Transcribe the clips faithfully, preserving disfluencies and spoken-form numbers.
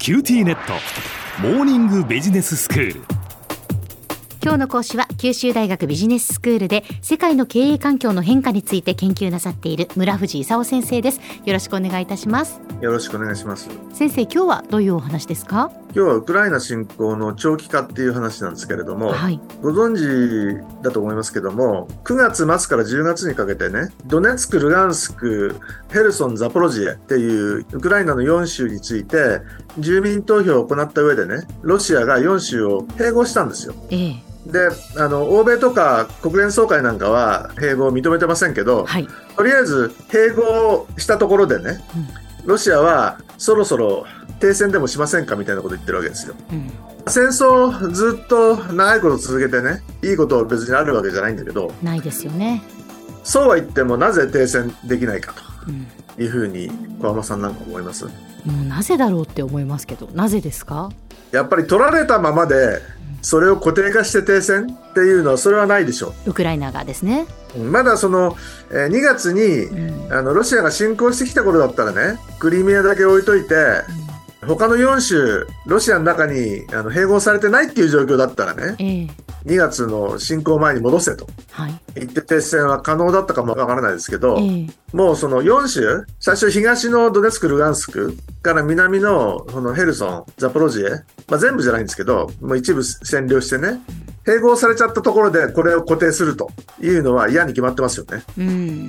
キューティーネットモーニングビジネススクール。 今日の講師は九州大学ビジネススクールで世界の経営環境の変化について研究なさっている村藤勲先生です。よろしくお願いいたします。 よろしくお願いします。 先生、今日はどういうお話ですか？ 今日はウクライナ侵攻の長期化っていう話なんですけれども、 はい、 ご存知だと思いますけども、くがつ末からじゅうがつにかけてね、ドネツク、ルガンスク、ヘルソン、ザポロジエっていうウクライナのよん州について住民投票を行った上でね、ロシアがよん州を併合したんですよ。 ええで、あの欧米とか国連総会なんかは併合を認めてませんけど、はい、とりあえず併合したところでね、うん、ロシアはそろそろ停戦でもしませんかみたいなこと言ってるわけですよ、うん、戦争ずっと長いこと続けてね、いいこと別にあるわけじゃないんだけど、 ないですよね。 そうは言ってもなぜ停戦できないかというふうに小浜さんなんか思います？ もうなぜだろうって思いますけど、なぜですか？ やっぱり取られたままでそれを固定化して停戦っていうのはそれはないでしょう。 ウクライナがですね、 まだそのにがつに、うん、あのロシアが侵攻してきた頃だったらね、クリミアだけ置いといて、うん、他のよん州ロシアの中にあの併合されてないっていう状況だったらね、えー、にがつの侵攻前に戻せと、はい、言って停戦は可能だったかもわからないですけど、えー、もうそのよん州、最初東のドネツク、ルガンスクから南のこのヘルソン、ザポロジエ、まあ、全部じゃないんですけど、もう一部占領してね、併合されちゃったところでこれを固定するというのは嫌に決まってますよね。うん、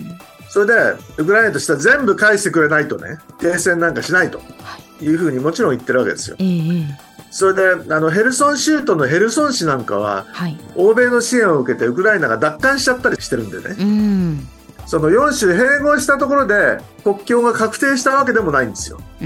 それでウクライナとしては全部返してくれないとね、停戦なんかしないというふうにもちろん言ってるわけですよ。えー、それであのヘルソン州都のヘルソン市なんかは、はい、欧米の支援を受けてウクライナが奪還しちゃったりしてるんでね、うん、そのよん州併合したところで国境が確定したわけでもないんですよ。うん、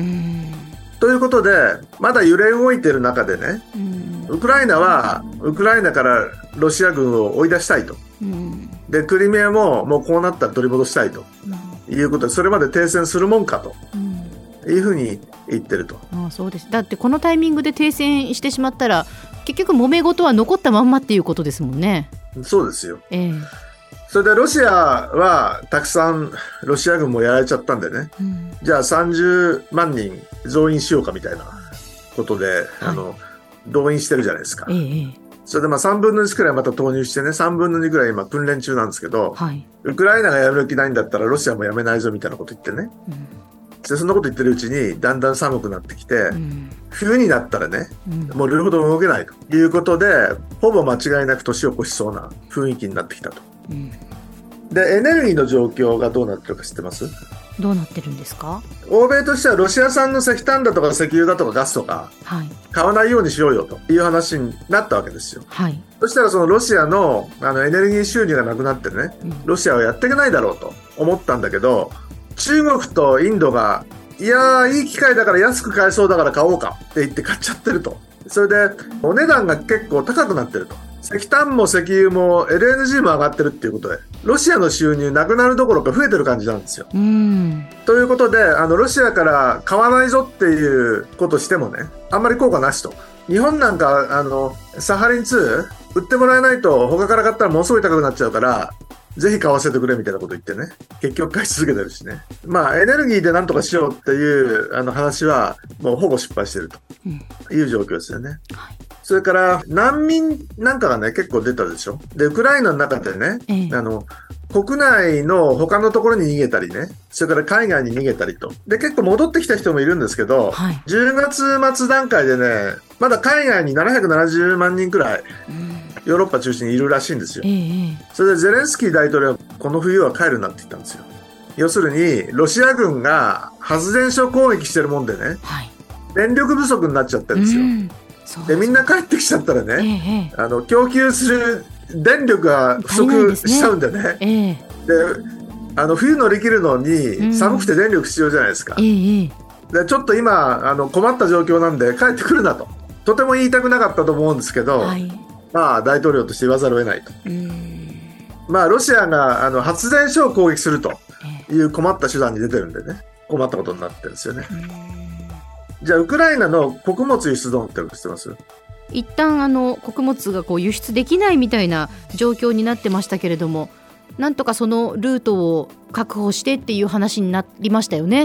ということでまだ揺れ動いてる中でね、うん、ウクライナはウクライナからロシア軍を追い出したいと、うん、でクリミアももうこうなったら取り戻したいと、うん、いうことで、それまで停戦するもんかと、うん、いうふうに言ってると。 ああ、そうです。だってこのタイミングで停戦してしまったら結局揉め事は残ったまんまっていうことですもんね。 そうですよ、えー、 それでロシアはたくさんロシア軍もやられちゃったんでね、うん、じゃあさんじゅうまんにん増員しようかみたいなことで、はい、あの動員してるじゃないですか、えー、それでまあさんぶんのいちくらいまた投入してね、さんぶんのにくらい今訓練中なんですけど、はい、ウクライナがやめる気ないんだったらロシアもやめないぞみたいなこと言ってね、うん、でそんなこと言ってるうちにだんだん寒くなってきて、うん、冬になったらね、うん、もう両方とも動けないということで、ほぼ間違いなく年を越しそうな雰囲気になってきたと、うん、でエネルギーの状況がどうなってるか知ってます？ どうなってるんですか？ 欧米としてはロシア産の石炭だとか石油だとかガスとか買わないようにしようよという話になったわけですよ、はい、そしたらそのロシア の, あのエネルギー収入がなくなってね、うん、ロシアはやっていけないだろうと思ったんだけど、中国とインドがいやーいい機会だから安く買えそうだから買おうかって言って買っちゃってると。それでお値段が結構高くなってると。石炭も石油も エルエヌジー も上がってるっていうことで、ロシアの収入なくなるどころか増えてる感じなんですよ。うんということで、あのロシアから買わないぞっていうことしてもね、あんまり効果なしと。日本なんかあのサハリンツー売ってもらえないと他から買ったらものすごい高くなっちゃうから、ぜひ買わせてくれみたいなこと言ってね、結局買い続けてるしね。まあエネルギーでなんとかしようっていうあの話はもうほぼ失敗してるという状況ですよね、うん、はい。それから難民なんかがね結構出たでしょ。でウクライナの中でね、ええ、あの国内の他のところに逃げたりね、それから海外に逃げたりと、で結構戻ってきた人もいるんですけど、はい、じゅうがつ末段階でね、まだ海外にななひゃくななじゅうまんにんくらい、うんヨーロッパ中心にいるらしいんですよ、ええ、それでゼレンスキー大統領はこの冬は帰るなって言ったんですよ。要するにロシア軍が発電所攻撃してるもんでね、はい、電力不足になっちゃってるんですよ、うん、そうでみんな帰ってきちゃったらね、ええ、あの供給する電力が不足しちゃうんでね、ええ、であの冬乗り切るのに寒くて電力必要じゃないですか、うん、でちょっと今あの困った状況なんで帰ってくるなととても言いたくなかったと思うんですけど、はいまあ、大統領として言わざるを得ないと。うーんまあ、ロシアがあの発電所を攻撃するという困った手段に出てるんでね、困ったことになってるんですよね。じゃあウクライナの穀物輸出どうなってるか知ってます？ 一旦あの穀物がこう輸出できないみたいな状況になってましたけれども、なんとかそのルートを確保してっていう話になりましたよね。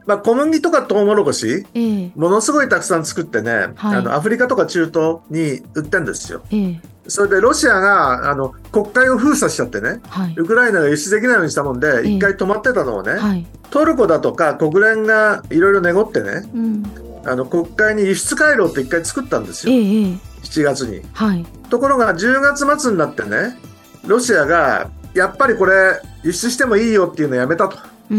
まあ、小麦とかトウモロコシ、 えー、 ものすごいたくさん作ってね、はい、あのアフリカとか中東に売ってるんですよ、 えー、 それでロシアがあの国会を封鎖しちゃってね、はい、ウクライナが輸出できないようにしたもんで一回止まってたのをね、はい、トルコだとか国連がいろいろ願ってね、うん、あの国会に輸出回廊って一回作ったんですよ、えー、しちがつに、はい、ところがじゅうがつ末になってね、ロシアがやっぱりこれ輸出してもいいよっていうのをやめたと、うん、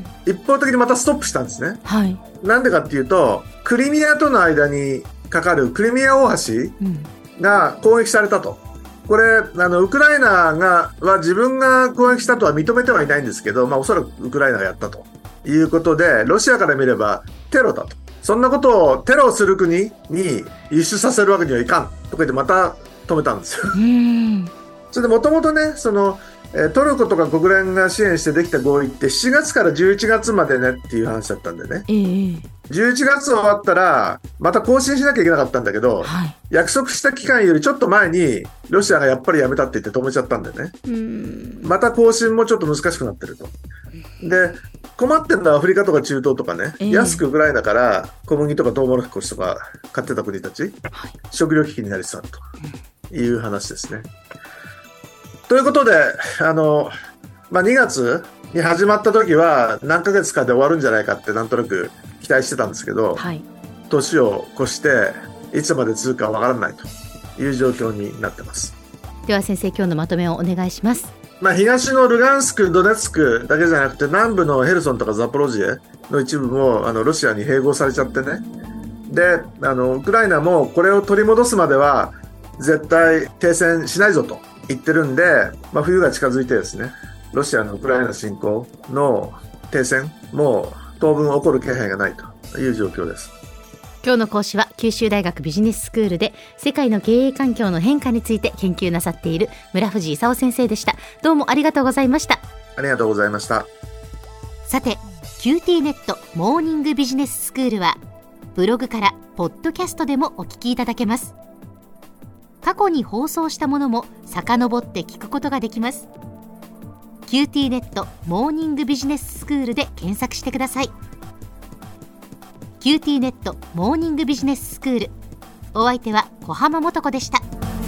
一方的にまたストップしたんですね、はい、なんでかっていうとクリミアとの間にかかるクリミア大橋が攻撃されたと。これあのウクライナがは自分が攻撃したとは認めてはいないんですけど、まあ、おそらくウクライナがやったということでロシアから見ればテロだと。そんなことをテロをする国に輸出させるわけにはいかんとか言ってまた止めたんですよ。うんそれでもともとねそのトルコとか国連が支援してできた合意ってしちがつからじゅういちがつまでねっていう話だったんでね、えー、じゅういちがつ終わったらまた更新しなきゃいけなかったんだけど、はい、約束した期間よりちょっと前にロシアがやっぱりやめたって言って止めちゃったんでね、うんまた更新もちょっと難しくなってると。で困ってるのはアフリカとか中東とかね、えー、安くウクライナから小麦とかトウモロコシとか買ってた国たち、はい、食糧危機になりそうだという話ですね。ということで、あの、まあ、にがつに始まった時は何ヶ月かで終わるんじゃないかってなんとなく期待してたんですけど、はい、年を越していつまで続くかわからないという状況になってます。 では先生、今日のまとめをお願いします。 まあ、東のルガンスク、ドネツクだけじゃなくて南部のヘルソンとかザポロジエの一部もあのロシアに併合されちゃってね。で、あのウクライナもこれを取り戻すまでは絶対停戦しないぞと言ってるんで、まあ、冬が近づいてですね、ロシアのウクライナ侵攻の停戦も当分起こる気配がないという状況です。 今日の講師は九州大学ビジネススクールで世界の経営環境の変化について研究なさっている村藤勲先生でした。どうもありがとうございました。 ありがとうございました。 さて キューティー ネットモーニングビジネススクールはブログからポッドキャストでもお聞きいただけます。過去に放送したものも遡って聞くことができます。 キューティー ネットモーニングビジネススクールで検索してください。 キューティー ネットモーニングビジネススクール、お相手は小浜もとこでした。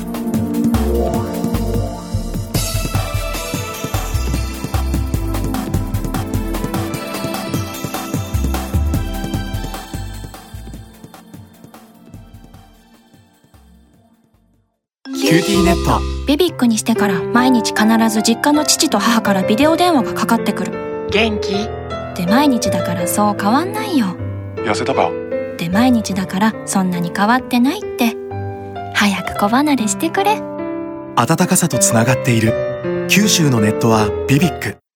キューティー ネットビビックにしてから毎日必ず実家の父と母からビデオ電話がかかってくる。 元気？ で毎日だからそう変わんないよ。 痩せたか？ で毎日だからそんなに変わってないって。早く子離れしてくれ。 温かさとつながっている九州のネットはビビック。